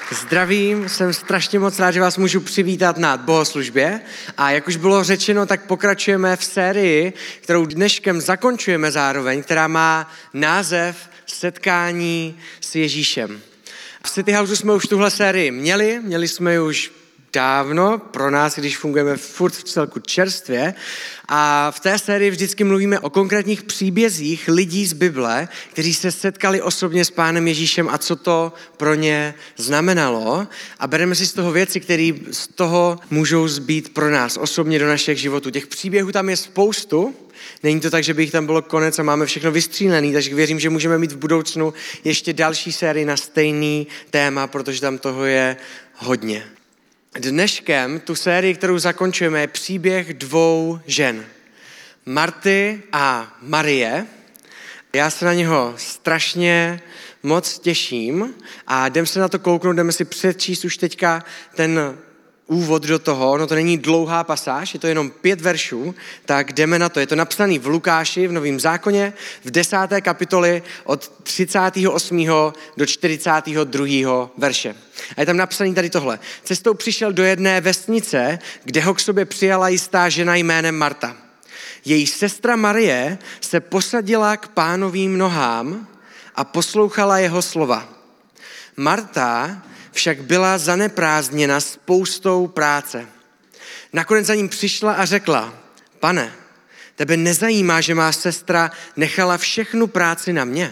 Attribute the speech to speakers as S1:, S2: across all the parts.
S1: Zdravím, jsem strašně moc rád, že vás můžu přivítat na bohoslužbě a jak už bylo řečeno, tak pokračujeme v sérii, kterou dneškem zakončujeme zároveň, která má název Setkání s Ježíšem. V City Houseu jsme už tuhle sérii měli jsme ji už dávno, pro nás, když fungujeme furt v celku čerstvě. A v té sérii vždycky mluvíme o konkrétních příbězích lidí z Bible, kteří se setkali osobně s Pánem Ježíšem a co to pro ně znamenalo. A bereme si z toho věci, které z toho můžou zbýt pro nás osobně do našich životů. Těch příběhů tam je spoustu. Není to tak, že by jich tam bylo konec a máme všechno vystřílené, takže věřím, že můžeme mít v budoucnu ještě další sérii na stejný téma, protože tam toho je hodně. Dneškem tu sérii, kterou zakončujeme, je příběh dvou žen. Marty a Marie. Já se na něho strašně moc těším a jdeme se na to kouknout, jdeme si přečíst už teďka ten úvod do toho. Ono to není dlouhá pasáž, je to jenom 5 veršů, tak jdeme na to. Je to napsaný v Lukáši, v Novém zákoně, v 10. kapitoli od 38. do 42. verše. A je tam napsaný tady tohle. Cestou přišel do jedné vesnice, kde ho k sobě přijala jistá žena jménem Marta. Její sestra Marie se posadila k Pánovým nohám a poslouchala jeho slova. Marta však byla zaneprázdněna spoustou práce. Nakonec za ním přišla a řekla: Pane, tebe nezajímá, že má sestra nechala všechnu práci na mě?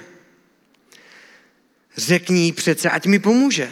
S1: Řekni jí přece, ať mi pomůže.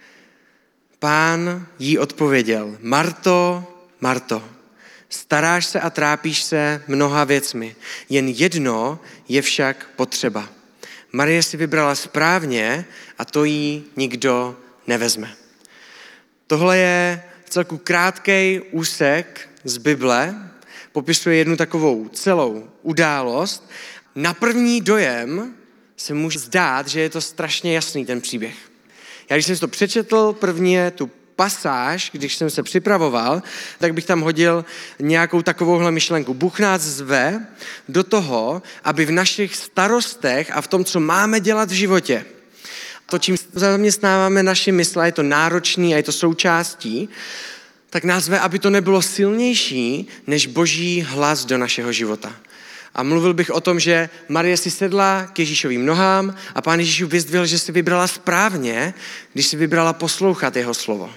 S1: Pán jí odpověděl: Marto, Marto, staráš se a trápíš se mnoha věcmi, jen jedno je však potřeba. Marie si vybrala správně a to jí nikdo nevezme. Tohle je celku krátký úsek z Bible, popisuje jednu takovou celou událost. Na první dojem se může zdát, že je to strašně jasný ten příběh. Já když jsem si to přečetl prvně tu pasáž, když jsem se připravoval, tak bych tam hodil nějakou takovouhle myšlenku. Bůh nás zve do toho, aby v našich starostech a v tom, co máme dělat v životě, to, čím zaměstnáváme naši mysl, a je to náročný a je to součástí, tak nás zve, aby to nebylo silnější než Boží hlas do našeho života. A mluvil bych o tom, že Marie si sedla k Ježíšovým nohám a Pán Ježíš vyzdvihl, že si vybrala správně, když si vybrala poslouchat jeho slovo.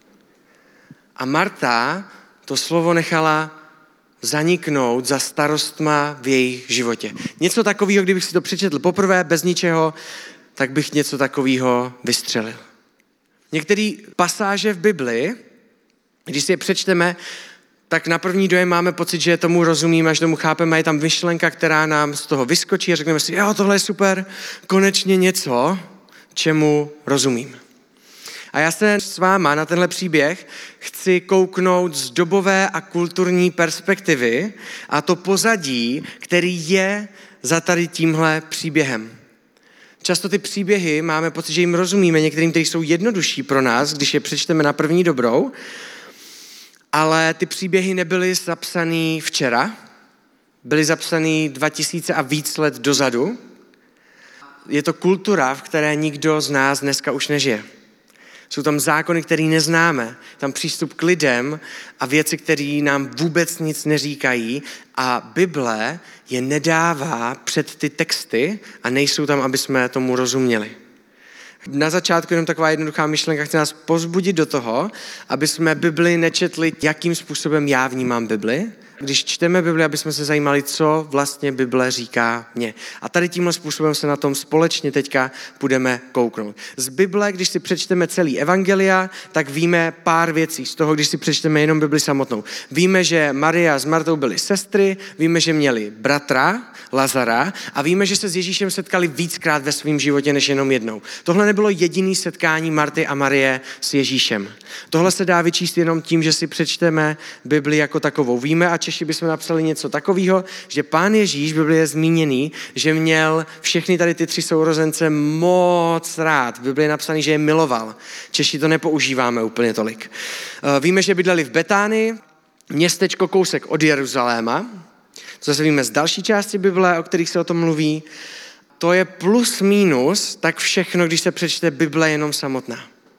S1: A Marta to slovo nechala zaniknout za starostma v jejich životě. Něco takového, kdybych si to přečetl poprvé, bez ničeho, tak bych něco takového vystřelil. Některé pasáže v Bibli, když si je přečteme, tak na první dojem máme pocit, že tomu rozumíme, že tomu chápeme, je tam myšlenka, která nám z toho vyskočí a řekneme si, jo, tohle je super, konečně něco, čemu rozumím. A já se s váma na tenhle příběh chci kouknout z dobové a kulturní perspektivy a to pozadí, který je za tady tímhle příběhem. Často ty příběhy máme pocit, že jim rozumíme, některým, kteří jsou jednodušší pro nás, když je přečteme na první dobrou, ale ty příběhy nebyly zapsaný včera, byly zapsaný 2000 a víc let dozadu. Je to kultura, v které nikdo z nás dneska už nežije. Jsou tam zákony, které neznáme, tam přístup k lidem a věci, které nám vůbec nic neříkají a Bible je nedává před ty texty a nejsou tam, aby jsme tomu rozuměli. Na začátku jenom taková jednoduchá myšlenka, chce nás povzbudit do toho, aby jsme Bibli nečetli, jakým způsobem já vnímám Bibli. Když čteme Bibli, aby jsme se zajímali, co vlastně Bible říká mně. A tady tímhle způsobem se na tom společně teďka budeme kouknout. Z Bible, když si přečteme celý evangelia, tak víme pár věcí z toho, když si přečteme jenom Bibli samotnou. Víme, že Maria s Martou byly sestry, víme, že měli bratra, Lazara, a víme, že se s Ježíšem setkali víckrát ve svém životě než jenom jednou. Tohle nebylo jediné setkání Marty a Marie s Ježíšem. Tohle se dá vyčíst jenom tím, že si přečteme Bibli jako takovou. Víme, a Češi bychom napsali něco takového, že Pán Ježíš v Bibli je zmíněný, že měl všechny tady ty 3 sourozence moc rád. V Bibli je napsaný, že je miloval. Češi to nepoužíváme úplně tolik. Víme, že bydleli v Betánii, městečko kousek od Jeruzaléma. To zase víme z další části Bible, o kterých se o tom mluví. To je plus minus tak všechno, když se přečte Bible jenom samotná.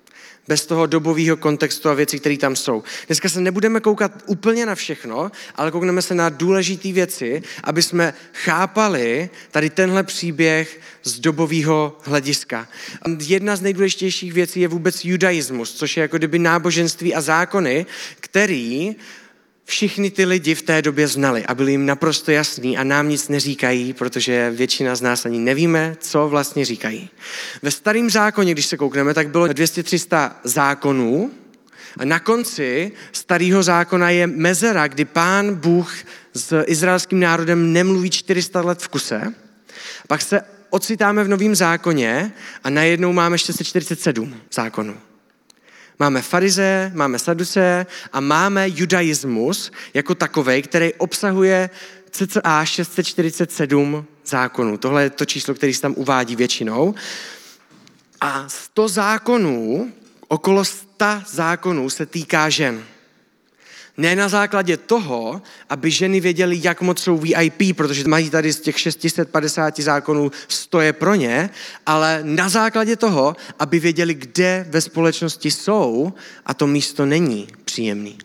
S1: bez toho dobového kontextu a věcí, které tam jsou. Dneska se nebudeme koukat úplně na všechno, ale koukneme se na důležité věci, aby jsme chápali tady tenhle příběh z dobového hlediska. Jedna z nejdůležitějších věcí je vůbec judaismus, což je jako kdyby náboženství a zákony, který všichni ty lidi v té době znali a byli jim naprosto jasný a nám nic neříkají, protože většina z nás ani nevíme, co vlastně říkají. Ve starém zákoně, když se koukneme, tak bylo 200-300 zákonů a na konci starého zákona je mezera, kdy Pán Bůh s izraelským národem nemluví 400 let v kuse. Pak se ocitáme v Novém zákoně a najednou máme 647 zákonů. Máme farize, máme saduce a máme judaismus jako takovej, který obsahuje cca 647 zákonů. Tohle je to číslo, který se tam uvádí většinou. A 100 zákonů, okolo 100 zákonů se týká žen. Ne na základě toho, aby ženy věděly, jak moc jsou VIP, protože mají tady z těch 650 zákonů 100 je pro ně, ale na základě toho, aby věděli, kde ve společnosti jsou a to místo není příjemný.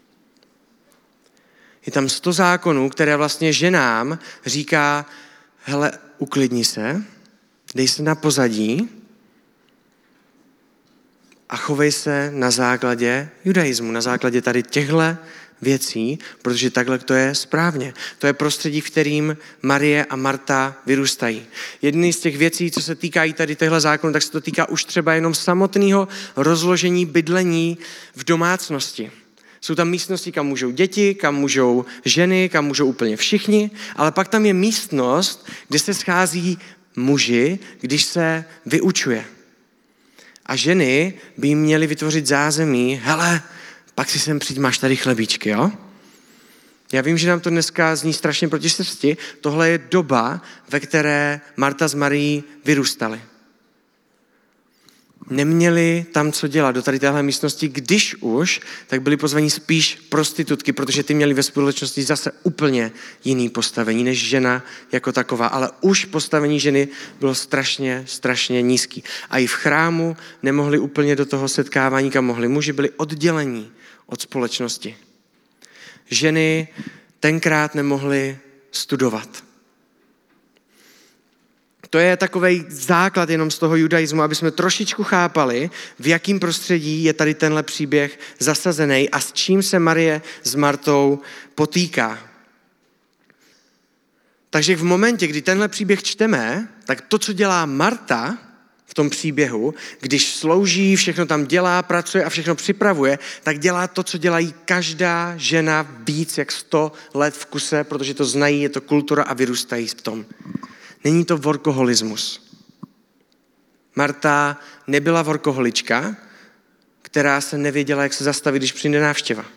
S1: Je tam 100 zákonů, které vlastně ženám říká, hele, uklidni se, dej se na pozadí a chovej se na základě judaismu, na základě tady těchto věcí, protože takhle to je správně. To je prostředí, v kterým Marie a Marta vyrůstají. Jedny z těch věcí, co se týkají tady těchto zákonů, tak se to týká už třeba jenom samotného rozložení bydlení v domácnosti. Jsou tam místnosti, kam můžou děti, kam můžou ženy, kam můžou úplně všichni, ale pak tam je místnost, kde se schází muži, když se vyučuje. A ženy by jim měly vytvořit zázemí, hele, pak si sem přijď, máš tady chlebíčky, jo? Já vím, že nám to dneska zní strašně proti srsti, tohle je doba, ve které Marta s Marií vyrůstaly. Neměli tam co dělat do tady téhle místnosti, když už, tak byli pozvaní spíš prostitutky, protože ty měli ve společnosti zase úplně jiný postavení než žena jako taková, ale už postavení ženy bylo strašně nízký. A i v chrámu nemohli úplně do toho setkávání, kam mohli. Muži byli oddělení od společnosti. Ženy tenkrát nemohly studovat. To je takovej základ jenom z toho judaismu, aby jsme trošičku chápali, v jakém prostředí je tady tenhle příběh zasazený a s čím se Marie s Martou potýká. Takže v momentě, kdy tenhle příběh čteme, tak to, co dělá Marta v tom příběhu, když slouží, všechno tam dělá, pracuje a všechno připravuje, tak dělá to, co dělají každá žena víc jak 100 let v kuse, protože to znají, je to kultura a vyrůstají v tom. Není to workoholismus. Marta nebyla workoholička, která se nevěděla, jak se zastavit, když přijde návštěva.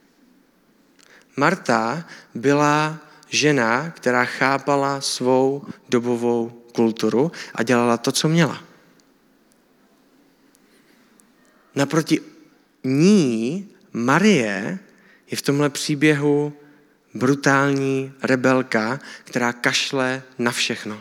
S1: Marta byla žena, která chápala svou dobovou kulturu a dělala to, co měla. Naproti ní Marie je v tomhle příběhu brutální rebelka, která kašle na všechno.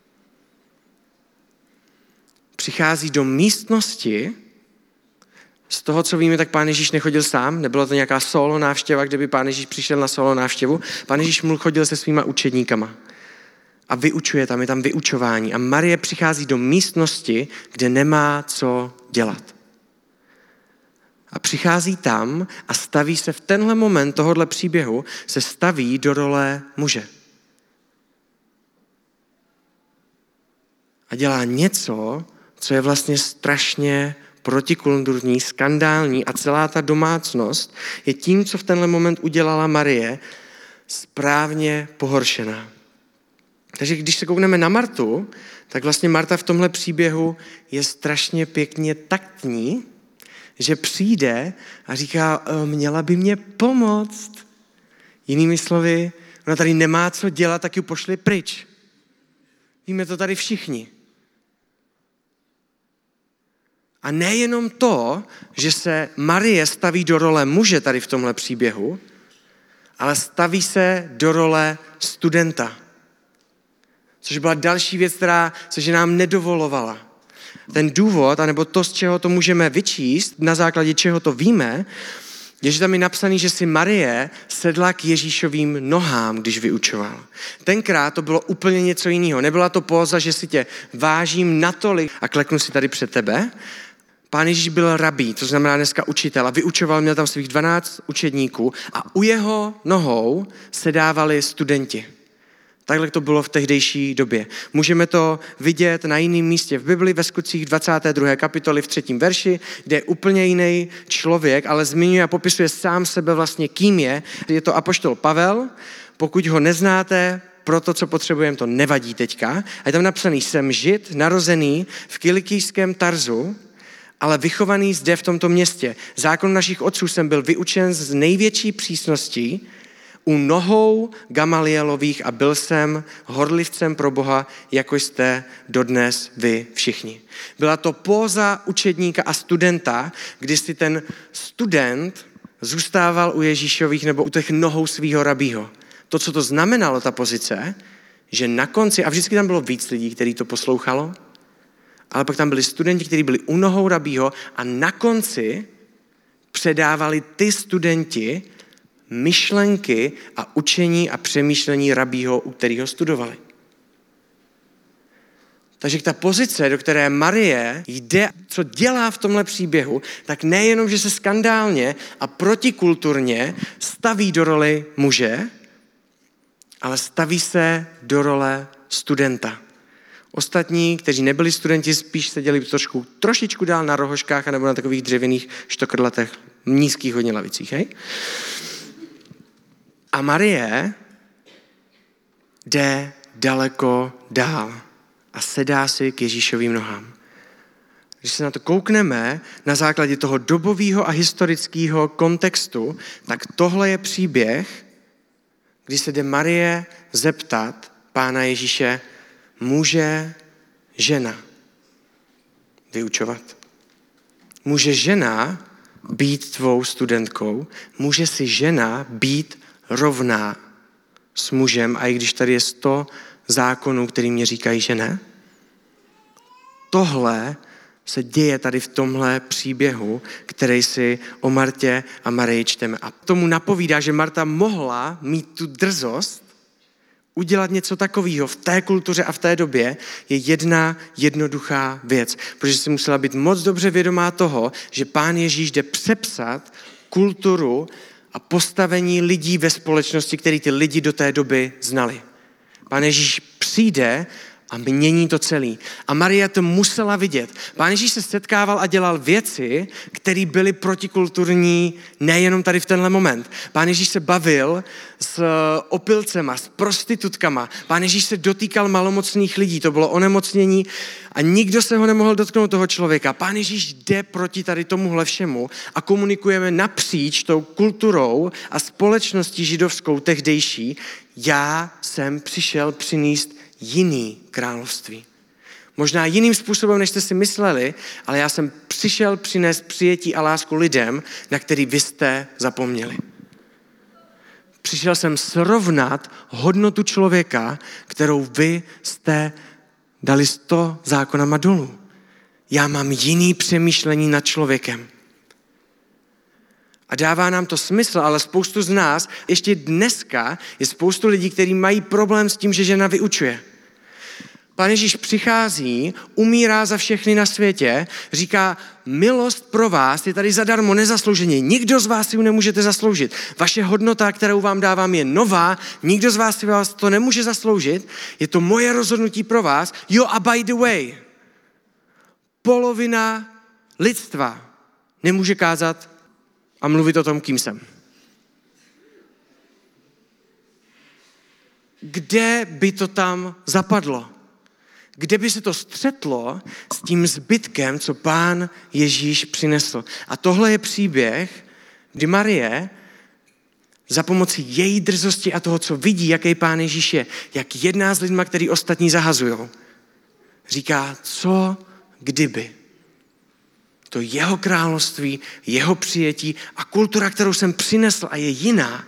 S1: Přichází do místnosti, z toho, co víme, tak Pán Ježíš nechodil sám, nebyla to nějaká solo návštěva, kde by Pán Ježíš přišel na solo návštěvu. Pán Ježíš chodil se svýma učedníkama a vyučuje tam, je tam vyučování. A Marie přichází do místnosti, kde nemá co dělat. A přichází tam a staví se v tenhle moment tohohle příběhu, se staví do role muže. A dělá něco, co je vlastně strašně protikulturní, skandální a celá ta domácnost je tím, co v tenhle moment udělala Marie, správně pohoršená. Takže když se koukneme na Martu, tak vlastně Marta v tomhle příběhu je strašně pěkně taktní, že přijde a říká, měla by mě pomoct. Jinými slovy, ona tady nemá co dělat, tak ji pošli pryč. Víme to tady všichni. A nejenom to, že se Marie staví do role muže tady v tomhle příběhu, ale staví se do role studenta. Což byla další věc, která se nám nedovolovala. Ten důvod, anebo to, z čeho to můžeme vyčíst, na základě čeho to víme, je, že tam je napsaný, že si Marie sedla k Ježíšovým nohám, když vyučoval. Tenkrát to bylo úplně něco jiného. Nebyla to póza, že si tě vážím natolik a kleknu si tady před tebe. Pán Ježíš byl rabí, to znamená dneska učitel, a vyučoval, měl tam svých 12 učedníků a u jeho nohou sedávali studenti. Takhle to bylo v tehdejší době. Můžeme to vidět na jiném místě v Bibli, ve Skutcích 22. kapitoly v 3. verši, kde je úplně jiný člověk, ale zmiňuje a popisuje sám sebe vlastně, kým je. Je to apoštol Pavel. Pokud ho neznáte, pro to, co potřebujeme, to nevadí teďka. A je tam napsaný, jsem Žid, narozený v kilikijském Tarzu, ale vychovaný zde v tomto městě. Zákon našich otců jsem byl vyučen z největší přísností u nohou Gamalielových a byl jsem horlivcem pro Boha, jako jste dodnes vy všichni. Byla to póza učedníka a studenta, kdy si ten student zůstával u Ježíšových nebo u těch nohou svýho rabího. To, co to znamenalo, ta pozice, že na konci, a vždycky tam bylo víc lidí, kteří to poslouchalo, ale pak tam byli studenti, kteří byli u nohou rabího a na konci předávali ty studenti myšlenky a učení a přemýšlení rabího, u kterého studovali. Takže ta pozice, do které Marie jde, co dělá v tomhle příběhu, tak nejenom, že se skandálně a protikulturně staví do roli muže, ale staví se do role studenta. Ostatní, kteří nebyli studenti, spíš seděli trošičku dál na rohožkách nebo na takových dřevěných štokrlatech, nízkých hodně lavicích. Hej? A Marie jde daleko dál a sedá si k Ježíšovým nohám. Když se na to koukneme na základě toho dobového a historického kontextu, tak tohle je příběh, kdy se jde Marie zeptat Pána Ježíše, může žena vyučovat? Může žena být tvou studentkou? Může si žena být rovná s mužem, a i když tady je 100 zákonů, který mě říkají, že ne? Tohle se děje tady v tomhle příběhu, který si o Martě a Marii čteme. A tomu napovídá, že Marta mohla mít tu drzost udělat něco takového v té kultuře a v té době je jedna jednoduchá věc, protože si musela být moc dobře vědomá toho, že Pán Ježíš jde přepsat kulturu a postavení lidí ve společnosti, který ty lidi do té doby znali. Pán Ježíš přijde a mění to celý. A Maria to musela vidět. Pán Ježíš se setkával a dělal věci, které byly protikulturní nejenom tady v tenhle moment. Pán Ježíš se bavil s opilcema, s prostitutkama. Pán Ježíš se dotýkal malomocných lidí. To bylo onemocnění a nikdo se ho nemohl dotknout, toho člověka. Pán Ježíš jde proti tady tomuhle všemu a komunikujeme napříč tou kulturou a společností židovskou tehdejší. Já jsem přišel přinést jiný království. Možná jiným způsobem, než jste si mysleli, ale já jsem přišel přinést přijetí a lásku lidem, na který vy jste zapomněli. Přišel jsem srovnat hodnotu člověka, kterou vy jste dali 100 zákonama dolů. Já mám jiný přemýšlení nad člověkem. A dává nám to smysl, ale spoustu z nás, ještě dneska je spoustu lidí, kteří mají problém s tím, že žena vyučuje. Pán Ježíš přichází, umírá za všechny na světě, říká, milost pro vás je tady zadarmo, nezaslouženě. Nikdo z vás si ji nemůžete zasloužit. Vaše hodnota, kterou vám dávám, je nová, nikdo z vás si vás to nemůže zasloužit. Je to moje rozhodnutí pro vás. Jo, a by the way, polovina lidstva nemůže kázat a mluvit o tom, kým jsem. Kde by to tam zapadlo? Kde by se to střetlo s tím zbytkem, co Pán Ježíš přinesl? A tohle je příběh, kdy Marie za pomocí její drzosti a toho, co vidí, jaký Pán Ježíš je, jak jedná s lidma, který ostatní zahazujou, říká, co kdyby? To jeho království, jeho přijetí a kultura, kterou jsem přinesl a je jiná,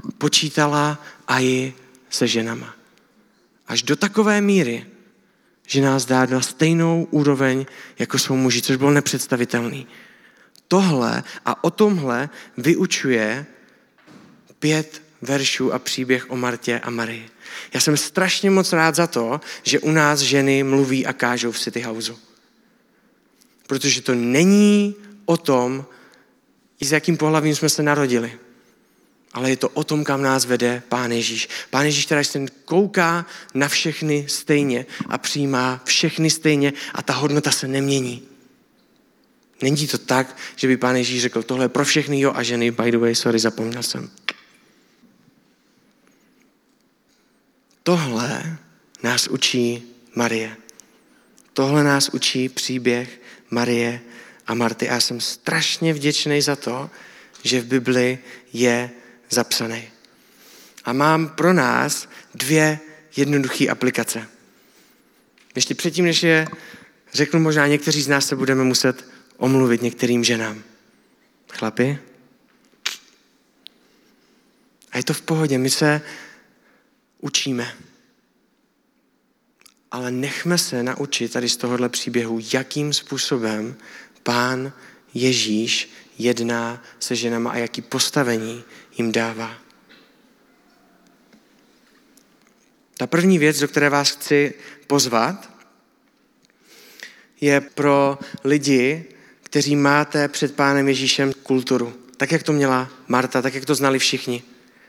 S1: počítala a i se ženama. Až do takové míry, že nás dá na stejnou úroveň, jako jsou muži, což bylo nepředstavitelné. Tohle a o tomhle vyučuje 5 veršů a příběh o Martě a Marii. Já jsem strašně moc rád za to, že u nás ženy mluví a kážou v City Houseu. Protože to není o tom, s jakým pohlavím jsme se narodili. Ale je to o tom, kam nás vede Pán Ježíš. Pán Ježíš teda se kouká na všechny stejně a přijímá všechny stejně a ta hodnota se nemění. Není to tak, že by Pán Ježíš řekl, tohle je pro všechny, jo, a ženy, by the way, sorry, zapomněl jsem. Tohle nás učí Marie. Tohle nás učí příběh Marie a Marty. A já jsem strašně vděčný za to, že v Bibli je zapsaný. A mám pro nás 2 jednoduché aplikace. Ještě předtím, než je řeknu, možná někteří z nás se budeme muset omluvit některým ženám. Chlapi? A je to v pohodě, my se učíme. Ale nechme se naučit tady z tohohle příběhu, jakým způsobem Pán Ježíš jedná se ženama a jaký postavení jim dává. Ta první věc, do které vás chci pozvat, je pro lidi, kteří máte před Pánem Ježíšem kulturu. Tak, jak to měla Marta, tak, jak to znali všichni.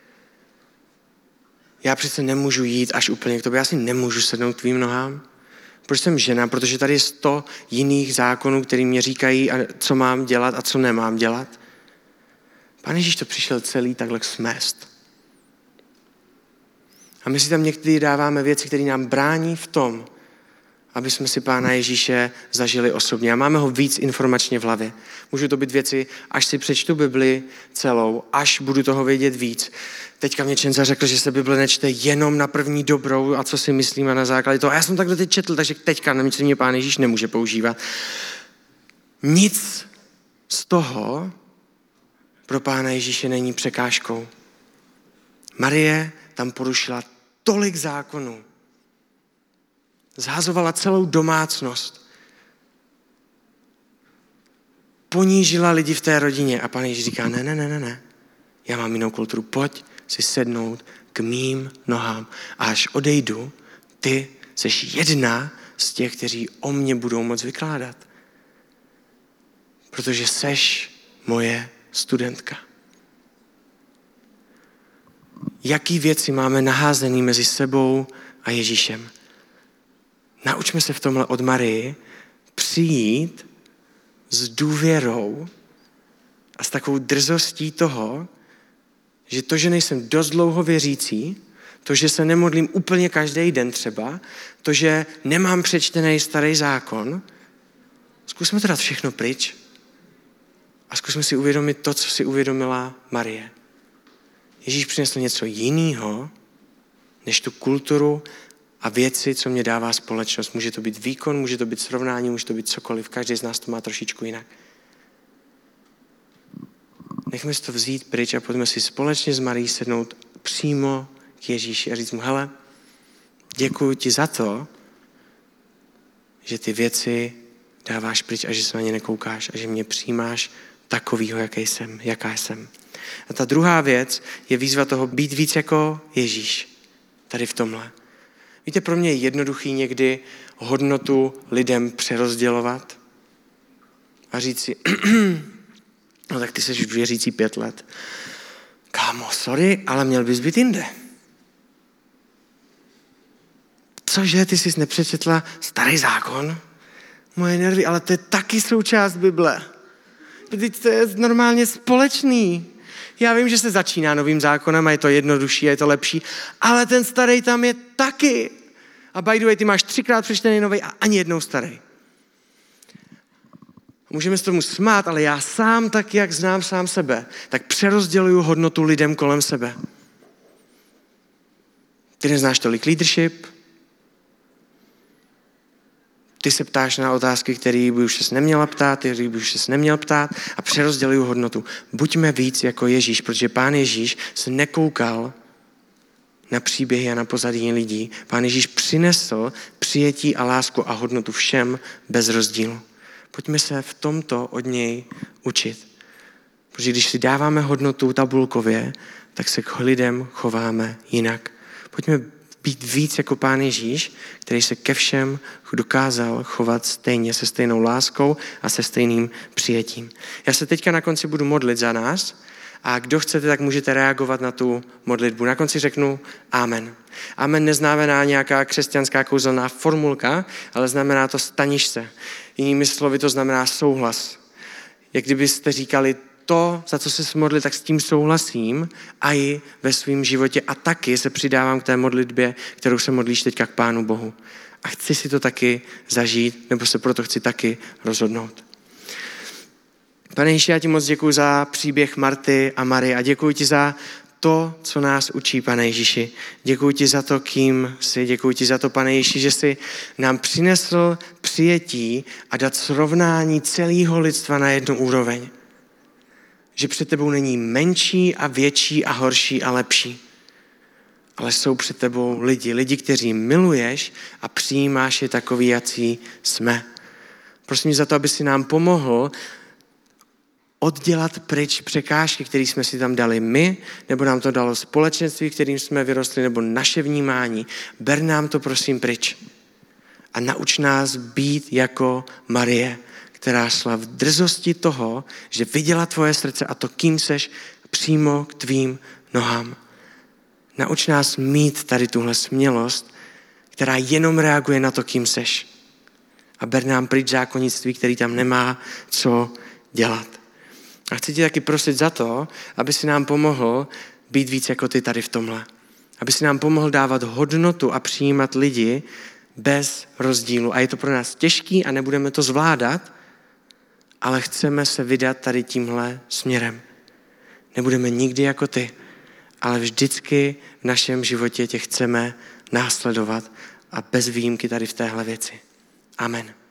S1: Já přece nemůžu jít až úplně k tobě, já si nemůžu sednout k tvým nohám. Proč jsem žena? Protože tady je 100 jiných zákonů, který mě říkají, co mám dělat a co nemám dělat. Pán Ježíš to přišel celý takhle smést. A my si tam někdy dáváme věci, které nám brání v tom, aby jsme si Pána Ježíše zažili osobně. A máme ho víc informačně v hlavě. Můžou to být věci, až si přečtu Bibli celou, až budu toho vědět víc. Teďka mě Čenza řekl, že se Bible nečte jenom na první dobrou a co si myslíme na základě toho. A já jsem takhle teď četl, takže teďka na mě Pán Ježíš nemůže používat. Nic z toho pro Pána Ježíše není překážkou. Marie tam porušila tolik zákonů. Zhazovala celou domácnost. Ponížila lidi v té rodině. A Pán Ježíš říká, ne. Já mám jinou kulturu. Pojď si sednout k mým nohám. A až odejdu, ty seš jedna z těch, kteří o mě budou moc vykládat. Protože seš moje studentka. Jaký věci máme naházený mezi sebou a Ježíšem? Naučme se v tomhle od Marii přijít s důvěrou a s takovou drzostí toho, že to, že nejsem dost dlouho věřící, to, že se nemodlím úplně každý den třeba, to, že nemám přečtený starý zákon, zkusme to dát všechno pryč a zkusme si uvědomit to, co si uvědomila Marie. Ježíš přinesl něco jiného, než tu kulturu a věci, co mě dává společnost. Může to být výkon, může to být srovnání, může to být cokoliv. Každý z nás to má trošičku jinak. Nechme si to vzít pryč a pojďme si společně s Marií sednout přímo k Ježíši a říct mu, hele, děkuji ti za to, že ty věci dáváš pryč a že se na ně nekoukáš a že mě přijímáš takovýho, jaká jsem. A ta druhá věc je výzva toho být víc jako Ježíš. Tady v tomhle. Víte, pro mě je jednoduchý někdy hodnotu lidem přerozdělovat a říct si, no tak ty jsi věřící 5 let. Kámo, sorry, ale měl bys být jinde. Cože, ty jsi nepřečetla starý zákon? Moje nervy, ale to je taky součást Bible. Teď to je normálně společný. Já vím, že se začíná novým zákonem a je to jednodušší a je to lepší, ale ten starý tam je taky. A by the way, ty máš 3krát přečtený nový a ani jednou starý. Můžeme se tomu smát, ale já sám tak, jak znám sám sebe, tak přerozděluju hodnotu lidem kolem sebe. Ty neznáš tolik leadership, ty se ptáš na otázky, které by už ses neměla ptát, které by už ses neměl ptát a přerozděluju hodnotu. Buďme víc jako Ježíš, protože Pán Ježíš se nekoukal na příběhy a na pozadí lidí. Pán Ježíš přinesl přijetí a lásku a hodnotu všem bez rozdílu. Pojďme se v tomto od něj učit. Protože když si dáváme hodnotu tabulkově, tak se k lidem chováme jinak. Pojďme být víc jako Pán Ježíš, který se ke všem dokázal chovat stejně, se stejnou láskou a se stejným přijetím. Já se teďka na konci budu modlit za nás a kdo chcete, tak můžete reagovat na tu modlitbu. Na konci řeknu amen. Amen neznamená nějaká křesťanská kouzelná formulka, ale znamená to staniš se. Jinými slovy to znamená souhlas. Jak kdybyste říkali, to, za co se modlil, tak s tím souhlasím a i ve svém životě a taky se přidávám k té modlitbě, kterou se modlíš teďka k Pánu Bohu. A chci si to taky zažít, nebo se proto chci taky rozhodnout. Pane Ježíši, já ti moc děkuji za příběh Marty a Marie a děkuji ti za to, co nás učí, Pane Ježíši. Děkuji ti za to, kým jsi. Děkuji ti za to, Pane Ježíši, že jsi nám přinesl přijetí a dát srovnání celého lidstva na jednu úroveň. Že před tebou není menší a větší a horší a lepší. Ale jsou před tebou lidi, kteří miluješ a přijímáš je takový, jací jsme. Prosím za to, aby si nám pomohl oddělat pryč překážky, které jsme si tam dali my, nebo nám to dalo společenství, kterým jsme vyrostli, nebo naše vnímání. Ber nám to prosím pryč. A nauč nás být jako Marie, která šla v drzosti toho, že viděla tvoje srdce a to, kým seš, přímo k tvým nohám. Nauč nás mít tady tuhle smělost, která jenom reaguje na to, kým seš. A ber nám pryč zákonnictví, který tam nemá co dělat. A chci tě taky prosit za to, aby si nám pomohl být víc jako ty tady v tomhle. Aby si nám pomohl dávat hodnotu a přijímat lidi bez rozdílu. A je to pro nás těžký a nebudeme to zvládat, ale chceme se vydat tady tímhle směrem. Nebudeme nikdy jako ty, ale vždycky v našem životě tě chceme následovat a bez výjimky tady v téhle věci. Amen.